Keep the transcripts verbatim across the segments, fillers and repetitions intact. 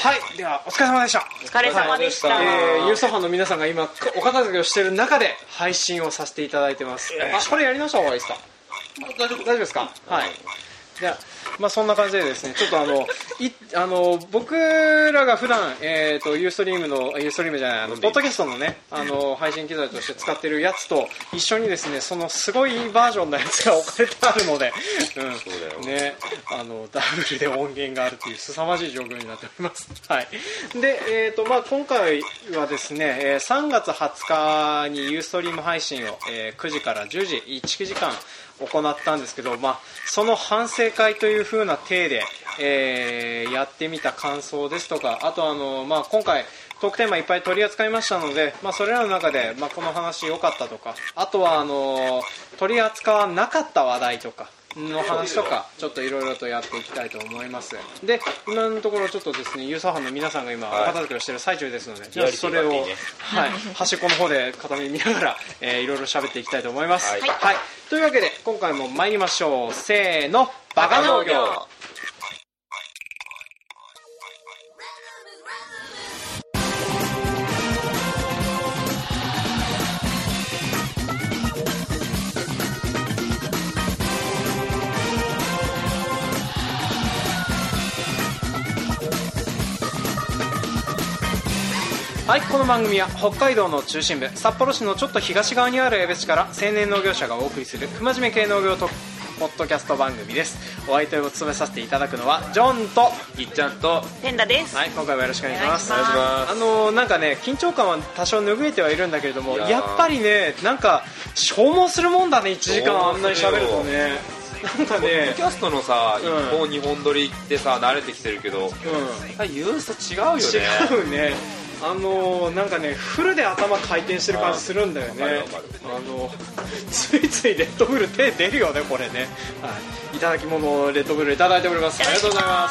はい、ではお疲れ様でした。 お疲れ様でした。 はい、えー、ユーストファンの皆さんが今お片付けをしている中で配信をさせていただいてます。あ、これやり直した方がいいですか？大丈夫、大丈夫ですか？はい。じゃあ、まあ、そんな感じでですね、ちょっとあのいあの僕らが普段えっ、ー、とユーストリームのユーストリームじゃないあのポッドキャストのねあの配信機材として使ってるやつと一緒にですねそのすごいバージョンのやつが置かれてあるので、うん、ねあのダブルで音源があるという凄まじい状況になっております。はい。でえっ、ー、とまあ今回はですねさんがつはつかにユーストリーム配信を、えー、くじからじゅうじいちじかん行ったんですけど、まあ、その反省会という風な体で、えー、やってみた感想ですとか、あとあの、まあ、今回トークテーマいっぱい取り扱いましたので、まあ、それらの中で、まあ、この話良かったとか、あとはあの取り扱わなかった話題とかの話とかちょっといろいろとやっていきたいと思います。で今のところちょっとですねユーザーファンの皆さんが今お片付けをしている最中ですので、じゃあそれを、はい、端っこの方で片目見ながら、えー、いろいろ喋っていきたいと思います。はい、はい、というわけで今回も参りましょう。せーの、バカ農業。はい、この番組は北海道の中心部札幌市のちょっと東側にある江別市から青年農業者がお送りする不真面目系農業とポッドキャスト番組です。お相手を務めさせていただくのはジョンといっちゃんとペンダです。 はい、今回もよろしくお願いします。 お願いします。 あのー、なんかね緊張感は多少拭えてはいるんだけれども、やっぱりねなんか消耗するもんだね。いちじかんあんなに喋るとねなんかね、 ポッドキャストのさ、いっぽんにほん撮りってさ慣れてきてるけど、うん、ユースと違うよね。 違うね。あのー、なんかねフルで頭回転してる感じするんだよね。あのついついレッドブル手出るよねこれね。はい、いただき物をレッドブルいただいております。ありがとうございます。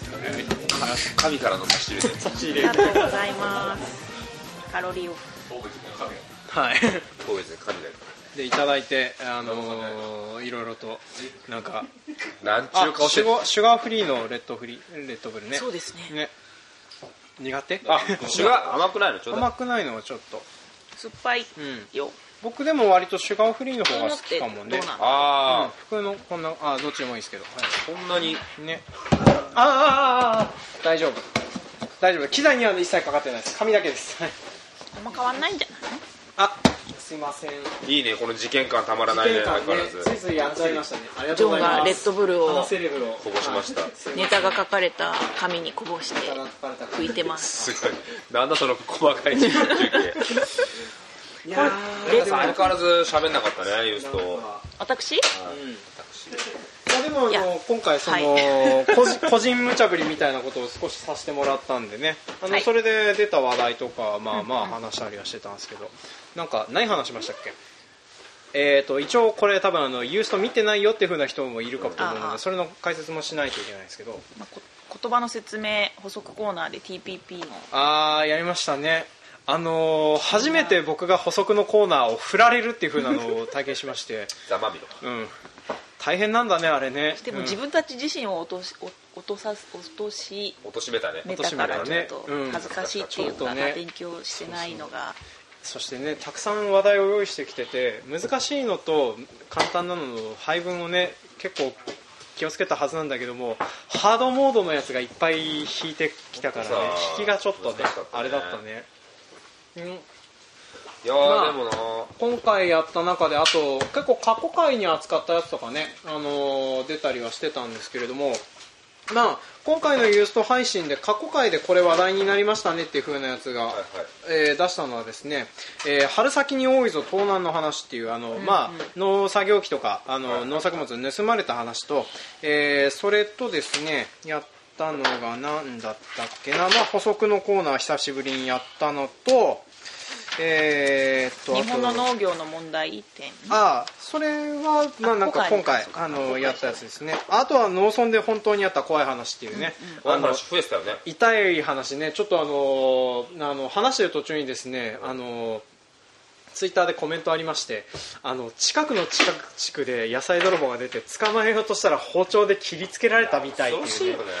神からの差し入れで差し入れありがとうございます。カロリーオフ。 はい。 当別に神だよ。 でいただいて、あのー、いろいろとなんかなんちゅう顔してシュガー、シュガーフリーのレッドフリーレッドブルね。 そうですね。 ね苦手？ あ、シュガー甘くないの？ちょっと甘くないのはちょっと酸っぱいよ、うん、 僕でも割とシュガーフリーの方が好きかもね。 ああ、うん、 普通のこんなあどっちでもいいですけど、はい、 こんなにねああああ大丈夫大丈夫機材には一切かかってないです。紙だけです。 あんま変わんないんじゃない？ あすいません。 いいねこの事件感たまらないね。相変わらずついついやっちゃいましたね。ありがジョンとうございます。 がレッドブルをこぼしました。 ネタが書かれた紙にこぼして拭いてます。 すごいなんだその細かい中継いやーレッド相変わらず喋んなかったねユースと私、 うんいやでもあの今回その、はい、個人個人無茶ぶりみたいなことを少しさせてもらったんでねあの、はい、それで出た話題とかまあまあ話したりはしてたんですけど、なんか何話しましたっけ？えーと一応これ多分あのユースト見てないよっていう風な人もいるかと思うのでそれの解説もしないといけないですけど、 まあ、言葉の説明補足コーナーで ティーピーピー のあーやりましたね。あのー、初めて僕が補足のコーナーを振られるっていう風なのを体験しましてざまみろ、 うん大変なんだねあれね。 でも自分たち自身を落とし落とさ落とし落としめたね。 めたからちょっと恥ずかしいっていうか、ね、勉強してないのが。 そしてねたくさん話題を用意してきてて難しいのと簡単なのの配分をね結構気をつけたはずなんだけどもハードモードのやつがいっぱい引いてきたからね引きがちょっとねあれだったね。うんいや、 まあ、 でもな今回やった中であと結構過去回に扱ったやつとかね、あのー、出たりはしてたんですけれども、まあ、今回のユースト配信で過去回でこれ話題になりましたねっていう風なやつが、はいはいえー、出したのはですね、えー、春先に多いぞ盗難の話っていうあの、うんうんまあ、農作業機とかあの、はいはい、農作物盗まれた話と、えー、それとですねやったのが何だったっけな、まあ、補足のコーナー久しぶりにやったのとえー、っと日本の農業の問題点ああそれは、まあ、なんか今回あのやったやつですね。あとは農村で本当にあった怖い話っていうね、 うんうん、あの話増えてたよね。 痛い話ねちょっとあのあの話してる途中にですねあのツイッターでコメントありましてあの近くの近く地区で野菜泥棒が出て捕まえようとしたら包丁で切りつけられたみたいっていうね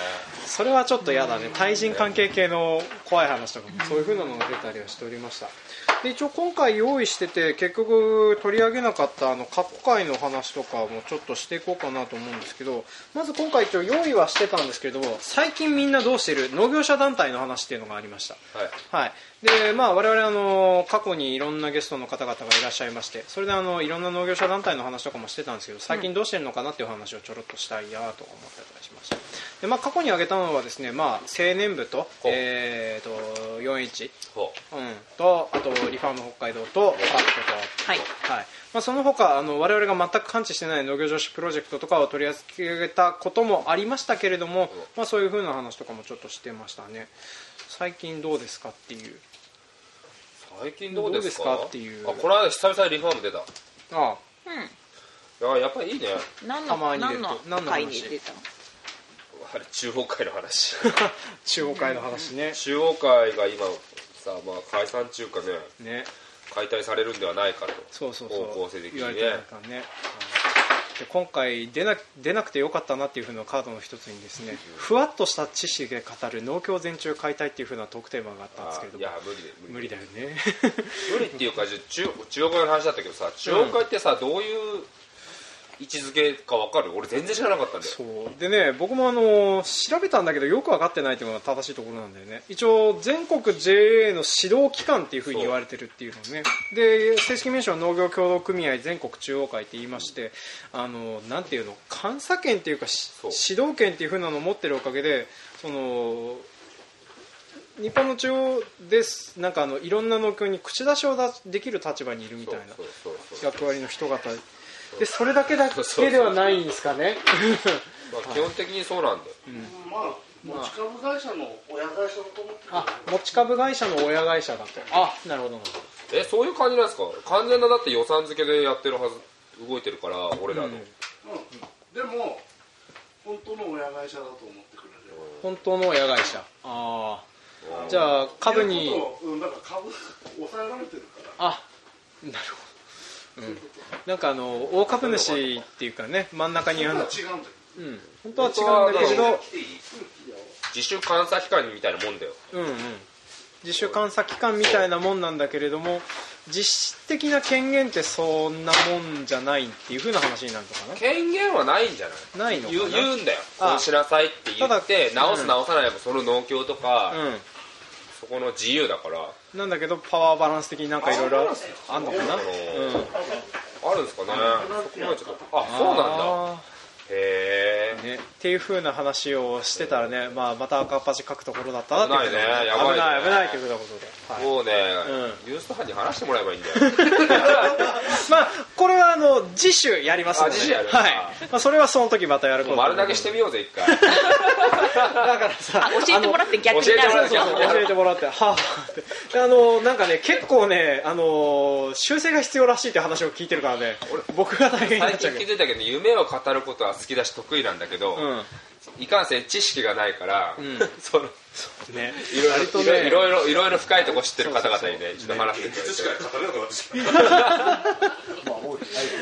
それはちょっと嫌だね。対人関係系の怖い話とかもそういう風なのが出たりはしておりました。で一応今回用意してて結局取り上げなかったあの過去回の話とかもちょっとしていこうかなと思うんですけど、まず今回一応用意はしてたんですけれども、最近みんなどうしてる農業者団体の話っていうのがありました。はい、はい、でまあ、我々あの過去にいろんなゲストの方々がいらっしゃいまして、それであのいろんな農業者団体の話とかもしてたんですけど、最近どうしてるのかなっていう話をちょろっとしたいなと思ってたりしました。で、まあ、過去に挙げたのはですね、まあ、青年部と、えー、と よんエイチ、うん、とあとリファーム北海道とパートと、はいはい、まあ、その他あの我々が全く関知してない農業女子プロジェクトとかを取り上げたこともありましたけれども、まあ、そういう風な話とかもちょっとしてましたね。最近どうですかっていう。 最近どうですかっていう。 あ、この間久々にリファーム出た。ああ、うん、 いややっぱりいいね。 何のたまに出ると何の回に出たの？ あれ中央会の話中央会の話ね。 中央会が今さ、まあ、解散中かね、 ね、 解体されるんではないかと。 そうそうそう、 方向性的にね。 言われてないからね。で今回出な、出なくてよかったなっていう風なカードの一つにですね、ふわっとした知識で語る農協全中解体っていう風なトークテーマがあったんですけれども、 いや無理で無理だよね無理っていうか中中央会の話だったけどさ、中央会ってさ、うん、どういう位置づけか分かる？俺全然知らなかったんだよ。 そうでね、僕もあの調べたんだけどよく分かってないっていうのが正しいところなんだよね。一応全国 ジェーエー の指導機関っていう風に言われてるっていうのね。で正式名称は農業協同組合全国中央会って言いまして、あのなんていうの、監査権っていうか指導権っていう風なのを持ってるおかげで、その日本の中央ですなんかあのいろんな農協に口出しをできる立場にいるみたいな役割の人方で、それだけだけではないんですかね。 まあ基本的にそうなんだよ、うん、 まあ持ち株会社の親会社だと思って、 あ、持ち株会社の親会社だと。あ、なるほどなるほど。え、そういう感じなんですか？完全なだって予算付けでやってるはず、動いてるから俺らの、うんうん、 でも本当の親会社だと思ってくれる。 本当の親会社。ああ、じゃあ株に、 うん、だから株抑えられてるから。 あ、なるほど。うん、なんかあの大株主っていうかね、真ん中にあるの、うん、本当は違うんだけど、 自主監査機関みたいなもんだよ、 うんうん、自主監査機関みたいなもんなんだけれども、実質的な権限ってそんなもんじゃないっていう風な話になるのかな。 権限はないんじゃない？ ないのかな。 言, 言うんだよ、こうしなさいって言って、直す直さないもその農協とか、うん、そこの自由だからなんだけど、パワーバランス的になんかいろいろあんのかな、うん、 あるんですかね。そこまでちょっと、あ、そうなんだ。へー、 ね、っていう風な話をしてたらね、まあ、また赤っ端書くところだったなっていう。 危ないね、やばいね、 危ない危ないということで、 はい、もうね、うん、ニュース班に話してもらえばいいんだよまあこれはあの次週やりますので、 ね、 はい、まあ、それはその時またやること。 丸投げしてみようぜ一回だからさ、教えてもらって逆になる。 教えてもらって、はあってあのなんかね、結構ね、あの修正が必要らしいって話を聞いてるからね、僕が大変になっちゃう。 最近気づいたけど、夢を語ることは好きだし得意なんだけど、うん、いかんせん知識がないから、うん、そのそうね、いろいろ、ね、いろいろいろいろ深いところ知ってる方々にね、一度話していただいて。いつしか語れなくなってしまう。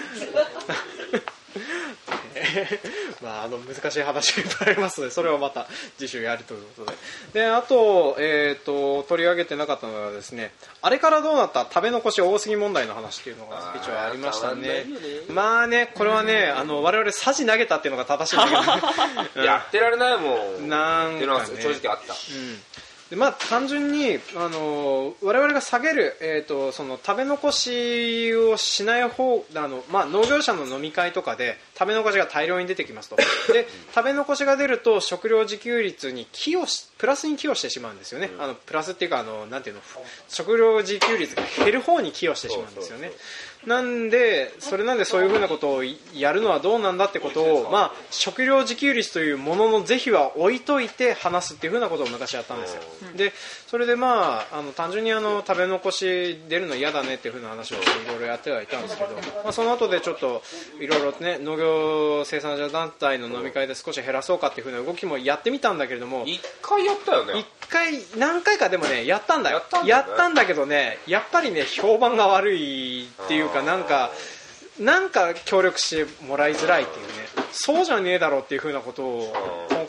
まあ、あの難しい話がいっぱいありますので、それをまた次週やるということで。で、あと、えーと、取り上げてなかったのがですね、あれからどうなった食べ残し多すぎ問題の話っていうのが一応ありましたね。まあね、これはね、あの我々さじ投げたっていうのが正しいんだけど、 やってられないもんなんか、ね、 っていうのは正直あった。 うん、でまあ、単純にあの我々が下げる、えー、とその食べ残しをしない方あの、まあ、農業者の飲み会とかで食べ残しが大量に出てきますと。で食べ残しが出ると食料自給率に寄与しプラスに寄与してしまうんですよね。あのプラスっていうか、あのなんていうの、食料自給率が減る方に寄与してしまうんですよね。なんでそれなんでそういうふうなことをやるのはどうなんだってことを、まあ、食料自給率というものの是非は置いといて話すっていうふうなことを昔やったんですよ。でそれでまあ、あの単純にあの食べ残し出るの嫌だねっていうふうな話をいろいろやってはいたんですけど、まあ、その後でちょっといろいろね、農業生産者団体の飲み会で少し減らそうかっていうふうな動きもやってみたんだけれども、 一回やったよね。 一回何回かでもねやったんだよ。 やったんだね。 やったんだけどね、やっぱりね評判が悪いっていうか、なんかなんか協力してもらいづらいっていうね、そうじゃねえだろうっていうふうなことを根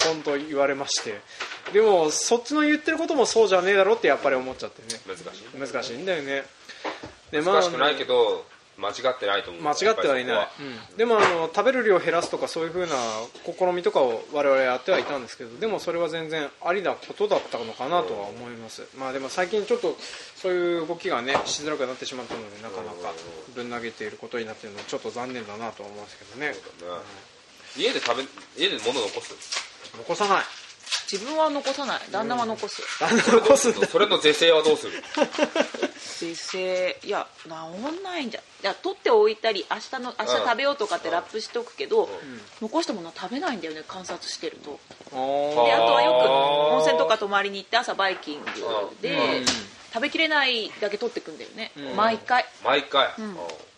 ポンと言われまして、でもそっちの言ってることもそうじゃねえだろってやっぱり思っちゃってね。 難しい難しいんだよね。で、 まあ、難しくないけど間違ってないと思う。 間違ってはいない、うん、でもあの食べる量を減らすとかそういう風な試みとかを我々やってはいたんですけど、でもそれは全然ありなことだったのかなとは思います。まあでも最近ちょっとそういう動きがねしづらくなってしまったので、なかなかぶん投げていることになっているのはちょっと残念だなとは思うんですけどね。 そうだね、うん、家で食べ家で物残す残さない。 自分は残さない。旦那は残す。 旦那残す。 それの是正はどうする？ 是正、いや治んないんじゃ。いや取っておいたり明日の明日食べようとかってラップしておくけど、うん、残したものは食べないんだよね、観察してると。であとはよく温泉とか泊まりに行って朝バイキングで、うん、食べきれないだけ取ってくんだよね、うん、毎回毎回、 うん、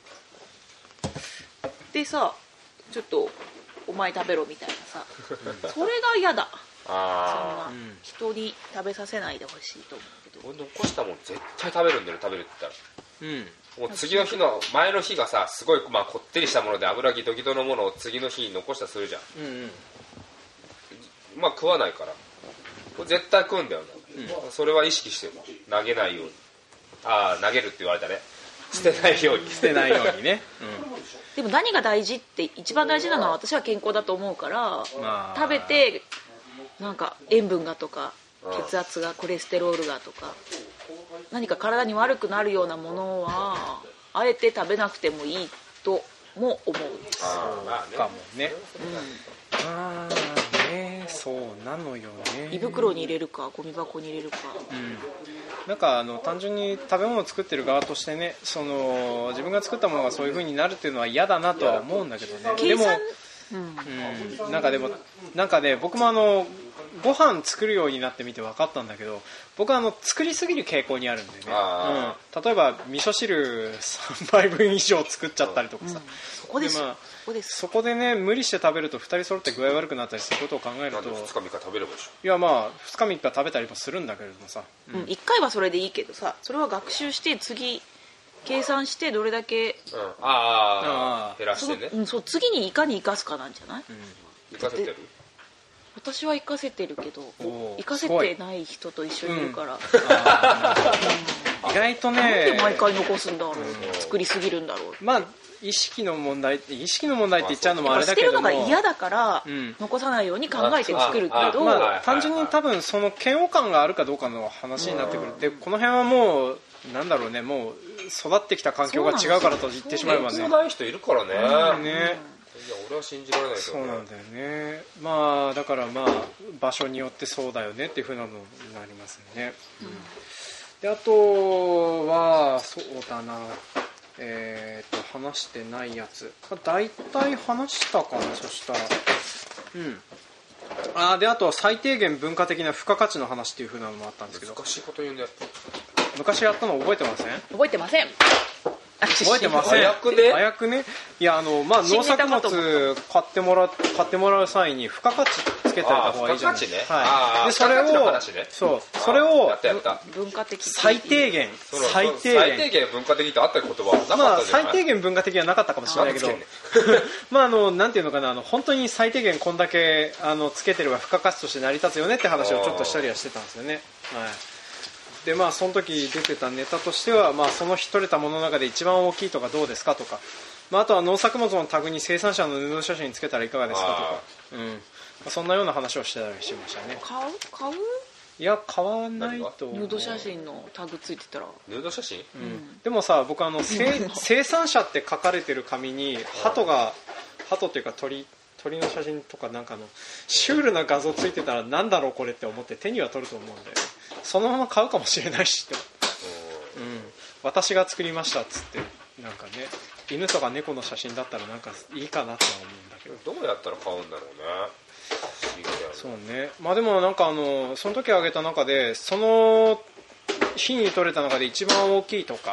でさ、ちょっとお前食べろみたいなさそれが嫌だ。あ、そんな人に食べさせないでほしいと思うけど、 俺残したもん絶対食べるんだよ、食べるって言ったら、うん、もう次の日の前の日がさすごい、まあ、こってりしたもので油ギトギトのものを次の日に残したとするじゃん、うんうん、まあ食わないからこれ絶対食うんだよね、うん、それは意識してる、投げないように。ああ投げるって言われたね、捨てないように捨てないようにね、 うん、でも何が大事って一番大事なのは私は健康だと思うから、まあ、食べてなんか塩分がとか血圧がコレステロールがとか何か体に悪くなるようなものはあえて食べなくてもいいとも思う。 そうかもね、うん、あーね、そうなのよね。 胃袋に入れるかゴミ箱に入れるか、 うん、なんかあの単純に食べ物を作ってる側としてね、その自分が作ったものがそういう風になるっていうのは嫌だなとは思うんだけどね。でも、うんうん、なんかでもなんかね、僕もあのご飯作るようになってみて分かったんだけど、僕はあの作りすぎる傾向にあるんでね、うん、例えば味噌汁さんばいぶん以上作っちゃったりとかさ、うん、 そこです、 まあ、そこです。そこでね無理して食べるとふたり揃って具合悪くなったりすることを考えると、 ふつかみっか食べればいいでしょ。 いやまあふつかみっか食べたりもするんだけれどもさ、 うん、いっかいはそれでいいけどさ、それは学習して次計算してどれだけ、 うん、ああ減らしてね、 その、うん、そう次にいかに生かすかなんじゃない、うん、 生かせてる。 私は生かせてるけど生かせてない人と一緒にいるから、うん、 意外とね、 なんで毎回残すんだろう、うん、作りすぎるんだろう。 まあ意識の問題意識の問題って言っちゃうのもあれだけども、 捨てるのが嫌だから、うん、残さないように考えて作るけど、 まあ、単純に多分その嫌悪感があるかどうかの話になってくる。でこの辺はもうなんだろうね、もう育ってきた環境が違うからと言ってしまえばね、 そうない人いるからね、 うん、ね、いや俺は信じられないけど、 ね、そうなんだよね。まあだからまあ場所によってそうだよねっていう風なのになりますね、うん、であとはそうだな、えー、と話してないやつ、まあ、大体話したかな。そしたらうんあであとは最低限文化的な付加価値の話っていう風なのもあったんですけど、 難しいこと言うんだよ。 昔やったの覚えてません？ 覚えてません。 覚えてません。 早くね。 早くね。いやあのまあ農作物買ってもらう買ってもらう際に付加価値つけてた方がいいじゃないですか。 はい。 でそれを、 ね、 そうそれをやったやった文化的最低限最低限最低限文化的ってあった言葉はなかったじゃない。 まあ最低限文化的はなかったかもしれないけど、まああのなんていうのかな、あの本当に最低限こんだけあのつけてれば付加価値として成り立つよねって話をちょっとしたりはしてたんですよね。はい。でまあその時出てたネタとしては、まあ、その日取れたものの中で一番大きいとかどうですかとか、まあ、あとは農作物のタグに生産者の布写真つけたらいかがですかとか、うんまあ、そんなような話をしてたりしましたね。 買う買ういや買わないとヌード写真のタグついてたら。 ヌード写真、 うん、でもさ僕あの生産者って書かれてる紙に鳩が鳩っていうか鳥鳥の写真とかなんかのシュールな画像ついてたらなんだろうこれって思って手には取ると思うんで、そのまま買うかもしれないしって、うん、私が作りましたっつってなんかね、犬とか猫の写真だったらなんかいいかなとは思うんだけど、 どうやったら買うんだろうね。不思議だよね。 そうね。まあでもなんかあのその時挙げた中でその日に撮れた中で一番大きいとか、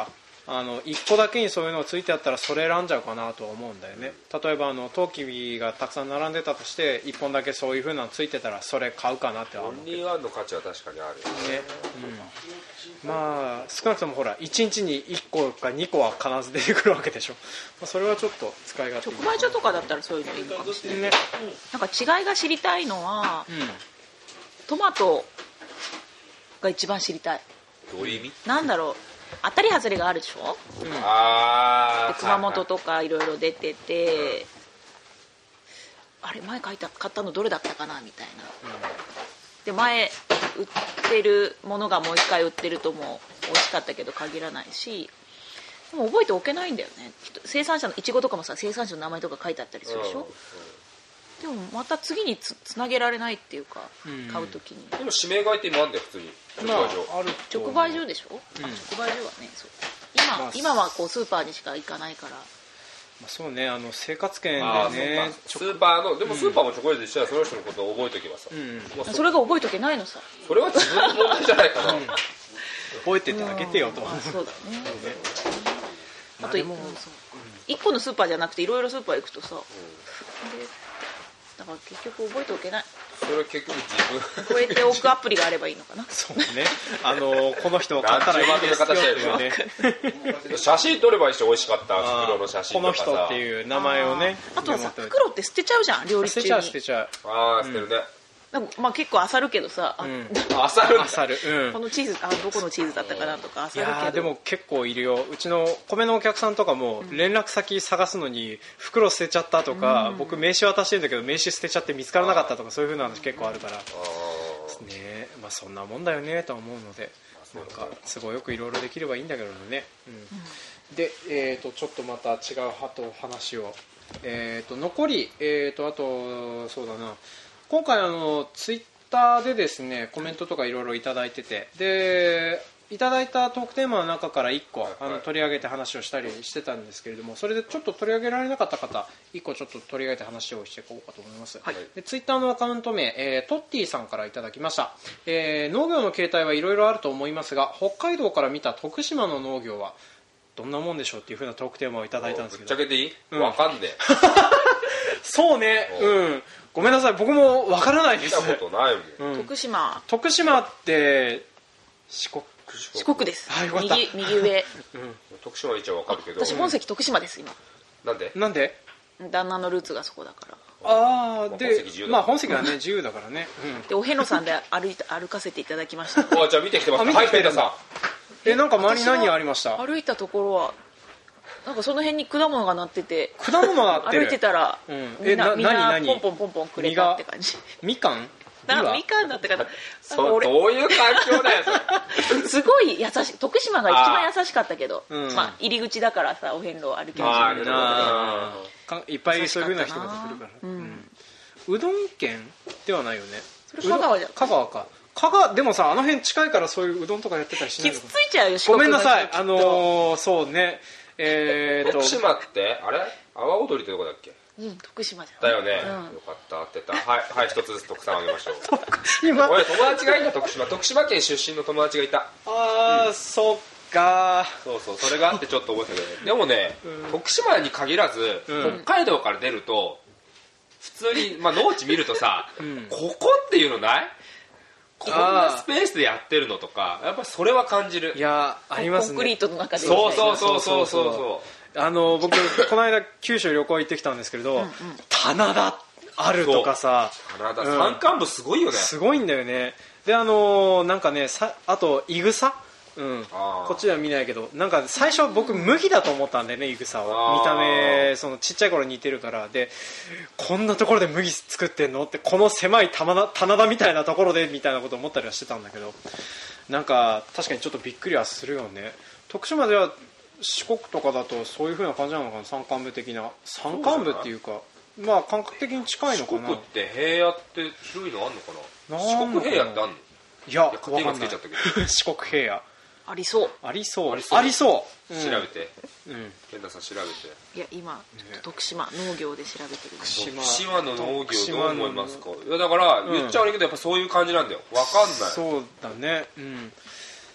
あのいっこだけにそういうのがついてあったらそれ選んじゃうかなとは思うんだよね。例えばあのトウキビがたくさん並んでたとしていっぽんだけそういう風なのついてたらそれ買うかなって思うオンリーワンの価値は確かにあるよね。 ね、うん、まあ少なくともほらいちにちにいっこかにこは必ず出てくるわけでしょ、まあ、それはちょっと使い勝手直売所とかだったらそういうのいいのかもしれない、ね、なんか違いが知りたいのは、うん、トマトが一番知りたい。 どういう意味？ なんだろう、当たり外れがあるでしょ、うん、 あ熊本とかいろいろ出てて、あれ前買いた買ったのどれだったかなみたいな、うん、で前売ってるものがもう一回売ってるとも美味しかったけど限らないし、でも覚えておけないんだよね。生産者のいちごとかもさ、生産者の名前とか書いてあったりするでしょ、うんうんでもまた次に つ, つなげられないっていうか、うん、買うときに。 でも指名買いって今あるんだよ普通に。 直売所、まあ、ある直売所でしょ、うん、直売所はね、そう今、まあ、今はこうスーパーにしか行かないから。 まあ、そうね、あの生活圏でね、 スーパーのでもスーパーもチョコレートでしたらその人のことを覚えておけばさ、うんまあ、そ, それが覚えとけないのさ。 それは自分の問題じゃないかな、うん、 覚えててあげてよと、 うんまあ、そうだねあと、まあ、そういっこのスーパーじゃなくていろいろスーパー行くとさ、うん、でだから結局覚えておけない。 それは結局自分覚えておくアプリがあればいいのかな。 そうね、あのこの人を買ったらいいですよっていうね写真撮ればいいし、美味しかった袋の写真とかさ、 この人っていう名前をね。 あ, あとはさ、袋って捨てちゃうじゃん、料理中に。 捨てちゃう捨てちゃう。 ああ捨てるね、 うん、まあ結構あさるけどさ、 あさる、 あさる、うん、 このチーズあどこのチーズだったかなとかあさるけど。 いやでも結構いるよ。うちの米のお客さんとかも連絡先探すのに袋捨てちゃったとか、うん、僕名刺渡してるんだけど名刺捨てちゃって見つからなかったとか、そういう風な話結構あるからね。まあそんなもんだよねとは思うので、なんか都合よくいろいろできればいいんだけどね、うんうん、で、えー、とちょっとまた違う派と話を、えー、と残り、えー、とあとそうだな、今回あのツイッターでですねコメントとかいろいろいただいてて、でいただいたトークテーマの中からいっこ、はいはい、あの取り上げて話をしたりしてたんですけれども、それでちょっと取り上げられなかった方いっこちょっと取り上げて話をしていこうかと思います、はい、でツイッターのアカウント名、えー、トッティさんからいただきました、えー、農業の形態はいろいろあると思いますが北海道から見た徳島の農業はどんなもんでしょうっていう風なトークテーマをいただいたんですけど、 ぶっちゃけていい、うん、わかんねえそうね、うんごめんなさい、僕もわからないです。 見たことないもん、 うん、徳島徳島って四国四国です、 はい、 右, 右上、 うん、徳島一応わかるけど、 私本籍徳島です今。 なんでなんで旦那のルーツがそこだから。 ああでまあ本籍はね自由だからね、 うん、でお遍路さんで 歩, い歩かせていただきましたあじゃあ見てきてますか。はいペンタさん、 えなんか周り何ありました？ 歩いたところはなんかその辺に果物がなってて、 果物がなってる歩いてたら、うん、みんなみんなポンポンポンポンくれたって感じ。 みかん？ なみかんだってかな。 そうどういう環境だよそれすごい優しい。徳島が一番優しかったけど、うん、まあ入り口だからさお遍路を歩きましたいっぱいそういう風な人が来るから、うんうん、うどん県ではないよね。 それ香川じゃん。 香川か。香川でもさあの辺近いからそういううどんとかやってたりしないのかな。 傷ついちゃうよ。 ごめんなさい。あのー、そうね。えー、と徳島ってあれ阿波踊りってどこだっけ？ うん徳島じゃん。 だよね。うん、よかった合ってた。はいはい一つずつ徳さんあげましょう。徳島。俺友達がいた徳島徳島県出身の友達がいた。 ああ、うん、そっか。 そうそうそれがあってちょっと覚えてたけど、でもね、うん、徳島に限らず、うん、北海道から出ると普通にまあ農地見るとさ、うん、ここっていうのない？こんなスペースでやってるのとかやっぱそれは感じる。 いやありますね。 コンクリートの中で。 そうそうそうそうそうそう。 あの僕この間九州旅行行ってきたんですけれど、うんうん、棚田あるとかさ、 棚田、うん、山間部すごいよね。すごいんだよね。であのなんかねさあといぐさ。うん、こっちでは見ないけどなんか最初僕麦だと思ったんだよね、いぐさを。見た目そのちっちゃい頃似てるから。でこんなところで麦作ってんのってこの狭い棚田みたいなところでみたいなこと思ったりはしてたんだけど、なんか確かにちょっとびっくりはするよね。徳島では四国とかだとそういう風な感じなのかな、山間部的な。山間部っていうかまあ感覚的に近いのかな。 四国って平野って広いのあんのかな。四国平野ってあんの？ いや勝手につけちゃったけど四国平野ありそうありそうありそう、ありそう、 うん、調べて、うん、健太さん調べて。 いや今ちょっと徳島農業で調べてる。 徳島の農業どう思いますか？いやだから言っちゃ悪いけどやっぱそういう感じなんだよ。わかんない。 そうだね、うん、わ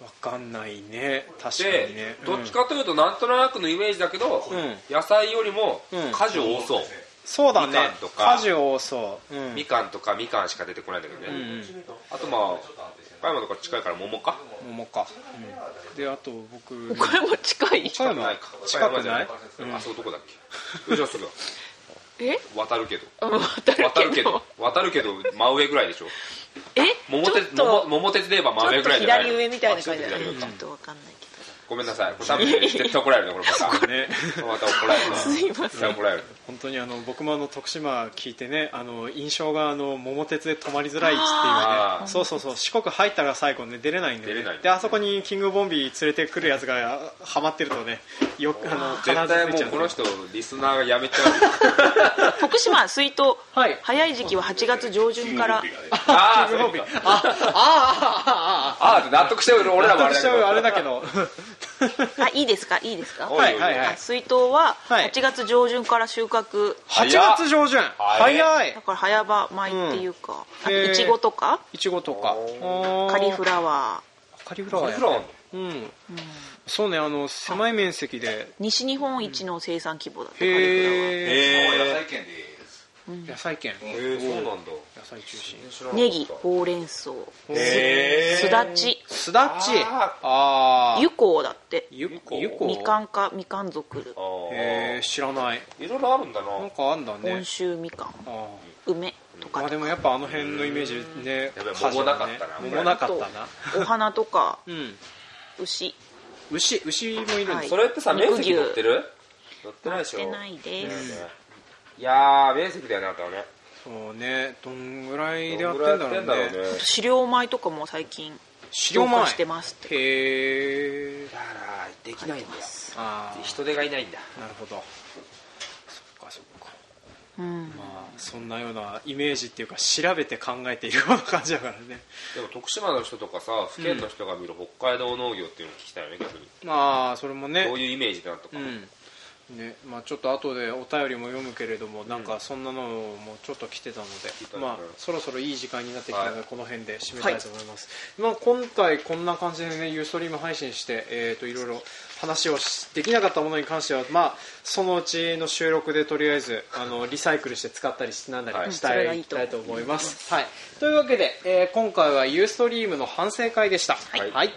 かんないね、確かにね。 どっちかというとなんとなくのイメージだけど、うん、野菜よりも果樹多そう、うん、 そうだね、みかんとか果樹多そう、 うん、みかんとかみかんしか出てこないんだけどね、うんうん、あとまあ岡山とか近いから桃か桃か、うん、であと僕岡山近い近くないか近くない、 うん、あそこどこだっけじゃあすぐえ渡るけど渡るけど渡るけど真上ぐらいでしょ。 え桃鉄桃桃鉄で言えば真上ぐらいじゃないの。 左上みたいな感じだね。ちょっとわかんないけど。 ごめんなさい。これ多分絶対怒られるねこれまた。ね。また怒られるな。 すいません。 怒られる。 本当にあの僕もあの徳島聞いてね、あの印象があの桃鉄で止まりづらいっていうね。そうそうそう、四国入ったら最後ね出れないんで、ね。出れない。であそこにキングボンビー連れてくるやつがハマってるとね、よくあの必ず絶対もうこの人リスナーがやめちゃう。徳島水筒、はい、早い時期ははちがつ上旬から。 ああ、キングボンビー。ああああああ納得してる俺らもあれだけど。 あ、いいですかいいですか。 はいはいはい。 水筒ははちがつ上旬から収穫。 はちがつ上旬。早い。 だから早場米っていうか、いちごとか。 いちごとか。 カリフラワー。カリフラワー。うん。そうね、あの狭い面積で。 西日本一の生産規模だった。 へえ。野菜県で。 野菜県。 へえ、そうなんだ。 野菜中心。 ネギ、ほうれん草、すだち、 すだち、ああ、 ゆこうだって。 ゆこう。 みかんかみかん属。 へえ、知らない。 いろいろあるんだな。 なんかあんだね。 本州みかん、梅とか。 まあでもやっぱあの辺のイメージね。 桃なかったな。 桃なかったな。 お花とか、牛。 牛牛もいるんです。 それってさ面積乗ってる？乗ってないでしょ。 乗ってないです。 いやー面積だよねあとはね。 そうね、どんぐらいでやってんだろうね。 飼料米とかも最近飼料米してますって。 へえ。 だからできないんだよ。ああ、人手がいないんだ。 なるほど。そっかそっか。うん、まあそんなようなイメージっていうか調べて考えているような感じだからね。 でも徳島の人とかさ、府県の人が見る北海道農業っていうのを聞きたいよね逆に。 まあそれもね。 どういうイメージだとか。 うんね、まあ、ちょっと後でお便りも読むけれども、なんかそんなのもちょっと来てたので、うん、まあ、そろそろいい時間になってきたので、はい、この辺で締めたいと思います、はい、まあ、今回こんな感じでねユーストリーム配信して、えー、といろいろ話をできなかったものに関しては、まあ、そのうちの収録でとりあえずあのリサイクルして使ったりなんだりしたい、はい、たいと思います、はい、というわけで、えー、今回はユーストリームの反省会でした。はい、はい。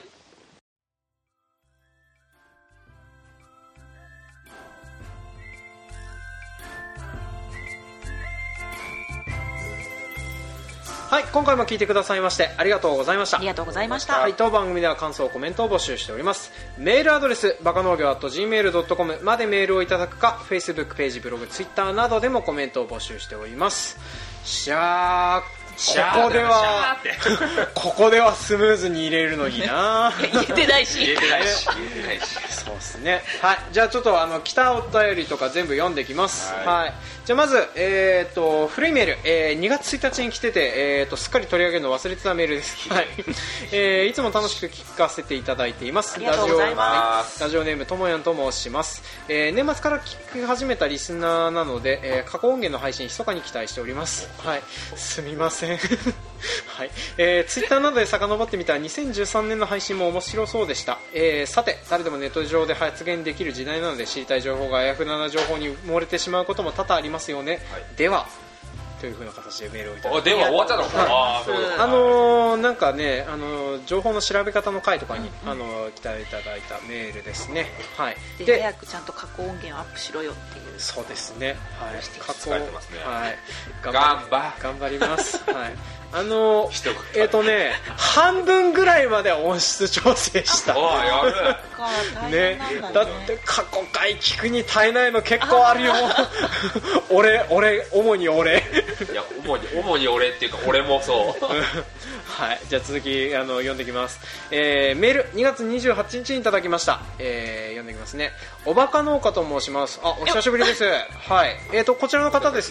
はい、今回も聞いてくださいましてありがとうございました。 ありがとうございました。 はい、当番組では感想コメントを募集しております。メールアドレスバカ農業 アットジーメールドットコム までメールをいただくか Facebook ページ、ブログ、ツイッターなどでもコメントを募集しております。しゃーここではここではスムーズに入れるのいいな。 言ってないし言ってないしそうですね。はい、じゃあちょっとあの来たお便りとか全部読んできます。はい、はい、じゃあまず、えー、と古いメール、えー、にがつついたちに来てて、えー、とすっかり取り上げるの忘れてたメールです、はいえー、いつも楽しく聞かせていただいています。 ありがとうございます。 ラジオネームともやんと申します、えー、年末から聞き始めたリスナーなので、えー、過去音源の配信密かに期待しております。はい、すみませんはい、えー、ツイッターなどで遡ってみたにせんじゅうさんねんの配信も面白そうでした。えー、さて誰でもネット上で発言できる時代なので知りたい情報があやふやな情報に漏れてしまうことも多々ありますよね、はい、ではという風な形でメールをいただいて、 では終わっちゃったのかな。ああのー、なんかね、あのー、情報の調べ方の回とかに、うん、あのー、期待いただいたメールですね。はい。 で、で早くちゃんと過去音源をアップしろよっていう。 そうですね。はい。 過去、ね、 はい。 頑張頑張ります。はい。あのー、えっ、ー、とね半分ぐらいまで音質調整した。 あやるね。だって過去回聞くに耐えないの結構あるよ。俺俺主に俺。 いや主に主に俺っていうか俺もそう。 はい、じゃあ続きあの読んでいきます。えー、メールにがつにじゅうはちにちにいただきました。えー、読んでいきますね。おバカ農家と申します。あ、お久しぶりです。はい。えーとこちらの方ですね。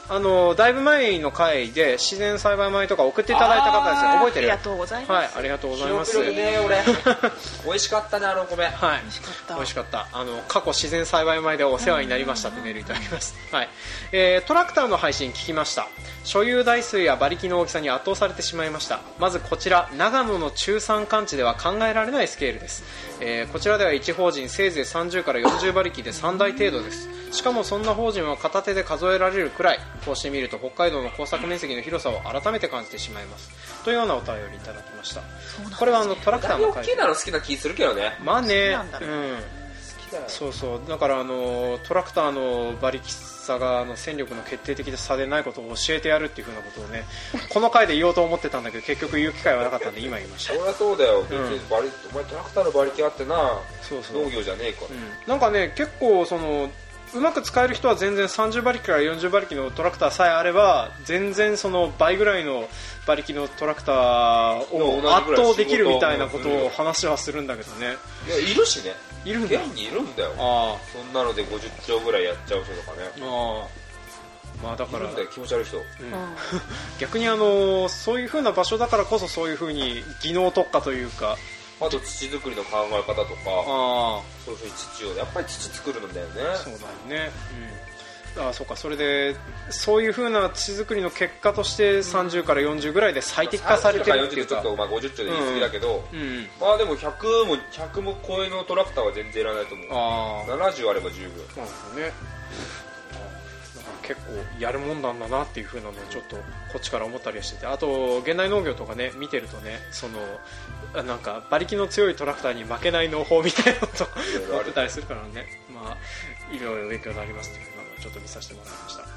あのだいぶ前の回で自然栽培米とか送っていただいた方ですよ。覚えてる？ ありがとうございます。 はい、ありがとうございます。 記憶力ね俺美味しかったねあの米。 はい、 美味しかった。 美味しかった。あの過去自然栽培米でお世話になりましたってメールいただきました。はい、えー、トラクターの配信聞きました。所有台数や馬力の大きさに圧倒されてしまいました。まずこちら長野の中山間地では考えられないスケールです。えー、こちらではいち法人せいぜいさんじゅうからよんじゅう馬力でさんだい程度です。しかもそんな法人は片手で数えられるくらい。こうしてみると北海道の耕作面積の広さを改めて感じてしまいますというようなお便りいただきました。これはあのトラクターの大きいなの好きな気するけどね。 まあね、 好きなんだろう。 うん、そうそう、だからあのトラクターの馬力差があの戦力の決定的な差でないことを教えてやるっていう風なことをねこの回で言おうと思ってたんだけど結局言う機会はなかったんで今言いました。 そりゃそうだよ、うん、馬力お前トラクターの馬力あってな。 そうそう、 農業じゃねえか、 うん、なんかね結構そのうまく使える人は全然さんじゅう馬力からよんじゅう馬力のトラクターさえあれば全然その倍ぐらいの馬力のトラクターを圧倒できるみたいなことを話はするんだけどね。 いやいるしね、 いるんだ、 現にいるんだよ。 あそんなのでごじゅっちょうぐらいやっちゃう人とかね。 ああ、まあだからいるんだよ気持ち悪い人、うん、 逆にあのそういう風な場所だからこそそういう風に技能特化というか、 あと土作りの考え方とか、あそういう土をやっぱり土作るんだよね。 そうだよね、うん、あそうか、それでそういう風な土作りの結果としてさんじゅうからよんじゅうぐらいで最適化されてるっていうか、 さんじゅうからよんじゅうちょっと、まあ、ごじゅっちょうで言い過ぎだけど、うんうん、まあでもひゃくもひゃくも超えのトラクターは全然いらないと思う。あななじゅうあれば十分。 なるほどね。結構やるもんなんだなっていう風なのをちょっとこっちから思ったりはしてて、あと現代農業とかね見てるとね、そのなんか馬力の強いトラクターに負けない農法みたいなのと思ってたりするからね、まあいろいろ影響がありますっていうのをちょっと見させてもらいました。はい、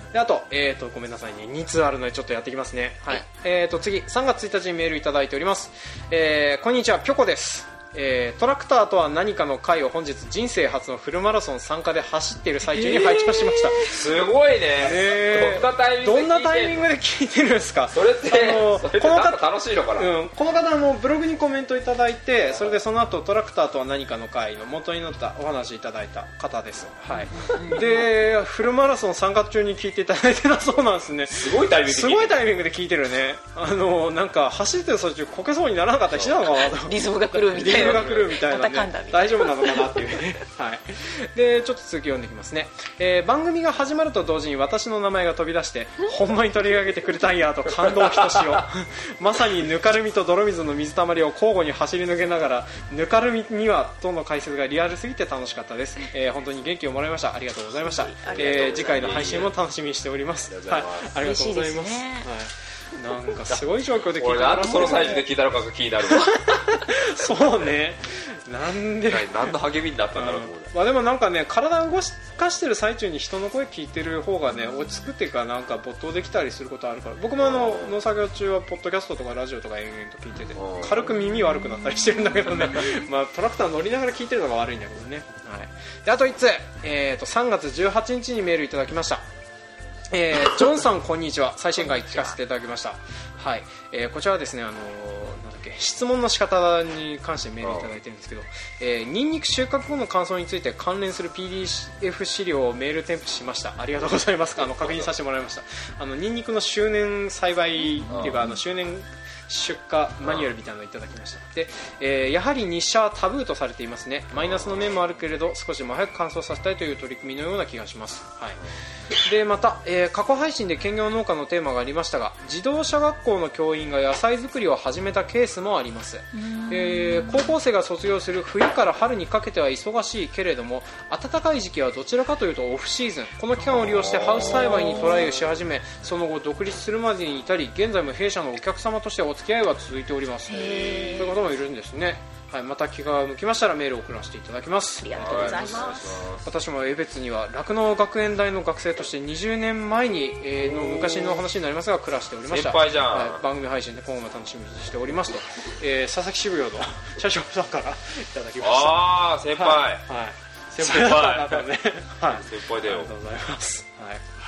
であと、えー、とごめんなさいね、に通あるのでちょっとやっていきますね。はい、えー、と次さんがつついたちにメールいただいております。えー、こんにちは、ぴょこです。えー、トラクターとは何かの回を本日人生初のフルマラソン参加で走っている最中に拝聴しました。えー、 すごいね、 えー、どんなタイミングで聞いてるの？どんなタイミングで聞いてるんですか？ それってあのそれってなんか楽しいのかな。 うん、この方もブログにコメントいただいて、それでその後トラクターとは何かの回の元になったお話いただいた方です。はい、でフルマラソン参加中に聞いていただいてたそうなんですね。 すごいタイミングで聞いてる。 すごいタイミングで聞いてるね。あのなんか走ってる途中こけそうにならなかったりしなのかなと。 リズムが来るみたいな。 リズムが来るみたいな。大丈夫なのかなっていうねはい、でちょっと続き読んでいきますね。えー、番組が始まると同時に私の名前が飛び出してほんまに取り上げてくれたんやと感動ひとしおまさにぬかるみと泥水の水たまりを交互に走り抜けながらぬかるみにはとの解説がリアルすぎて楽しかったです。えー、本当に元気をもらいました。ありがとうございました。えー、次回の配信も楽しみにしております。はい、ありがとうございます。なんかすごい状況で聞いた俺なんでその最中で聞いたのかが気になるわそうね、なんで何の励みになったんだろうと思う、 うん、まあ、でもなんかね、体を動かしてる最中に人の声聞いてる方がね落ち着くっていうか、なんか没頭できたりすることあるから、僕もあの農作業中はポッドキャストとかラジオとか延々と聞いてて軽く耳悪くなったりしてるんだけどねまあトラクター乗りながら聞いてるのが悪いんだけどね。はい、であといっつ、えー、とさんがつじゅうはちにちにメールいただきました。えー、ジョンさんこんにちは。最新回聞かせていただきました。はい、えー、こちらはですね、あのー、なんだっけ、質問の仕方に関してメールいただいてるんですけど、えー、ニンニク収穫後の感想について関連する ピーディーエフ 資料をメール添付しました。ありがとうございます。あの確認させてもらいました。あのニンニクの周年栽培っていうか、あの周年出荷マニュアルみたいなのをいただきました。で、えー、やはり日射はタブーとされていますね。マイナスの面もあるけれど少しも早く乾燥させたいという取り組みのような気がします。はい、でまた、えー、過去配信で兼業農家のテーマがありましたが、自動車学校の教員が野菜作りを始めたケースもあります。えー、高校生が卒業する冬から春にかけては忙しいけれども、暖かい時期はどちらかというとオフシーズン、この期間を利用してハウス栽培にトライをし始め、その後独立するまでに至り、現在も弊社のお客様としてお付き合いは続いております。そういう方もいるんですね。はい、また気が向きましたらメールを送らせていただきます。 ありがとうございます。 私も江別には酪農学園大の学生としてにじゅうねんまえに、えー、の昔の話になりますが暮らしておりました。 先輩じゃん。 はい、番組配信で今後も楽しみにしておりますと、えー、佐々木渋谷の社長さんからいただきました。 ああ先輩、はい、 はい、 先輩だったねはい、 先輩だよ。 ありがとうございます。はい、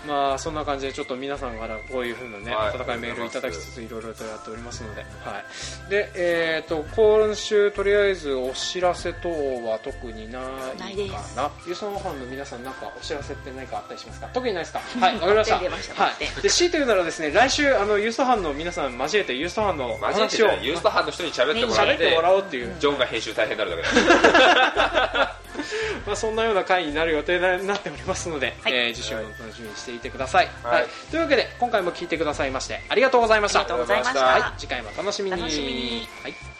まあそんな感じでちょっと皆さんからこういう風なね、 はい、 温かいメールいただきつついろいろとやっておりますので、はい、で、えー、と今週とりあえずお知らせ等は特にないかな。ユーストファンの皆さんなんかお知らせって何かあったりしますか？特にないですか？はい、わかりました。はい、で強いて言うならですね、来週あのユーストファンの皆さん交えてユーストファンの話をユーストファンの人に喋ってもらって、 喋ってもらおうっていう、 ジョンが編集大変になるだけだまあそんなような回になる予定になっておりますので、はい、えー、次週も楽しみにしていてください、はいはい、というわけで今回も聞いてくださいましてありがとうございました。 ありがとうございました。 はい、次回も楽しみに。 楽しみに。 はい。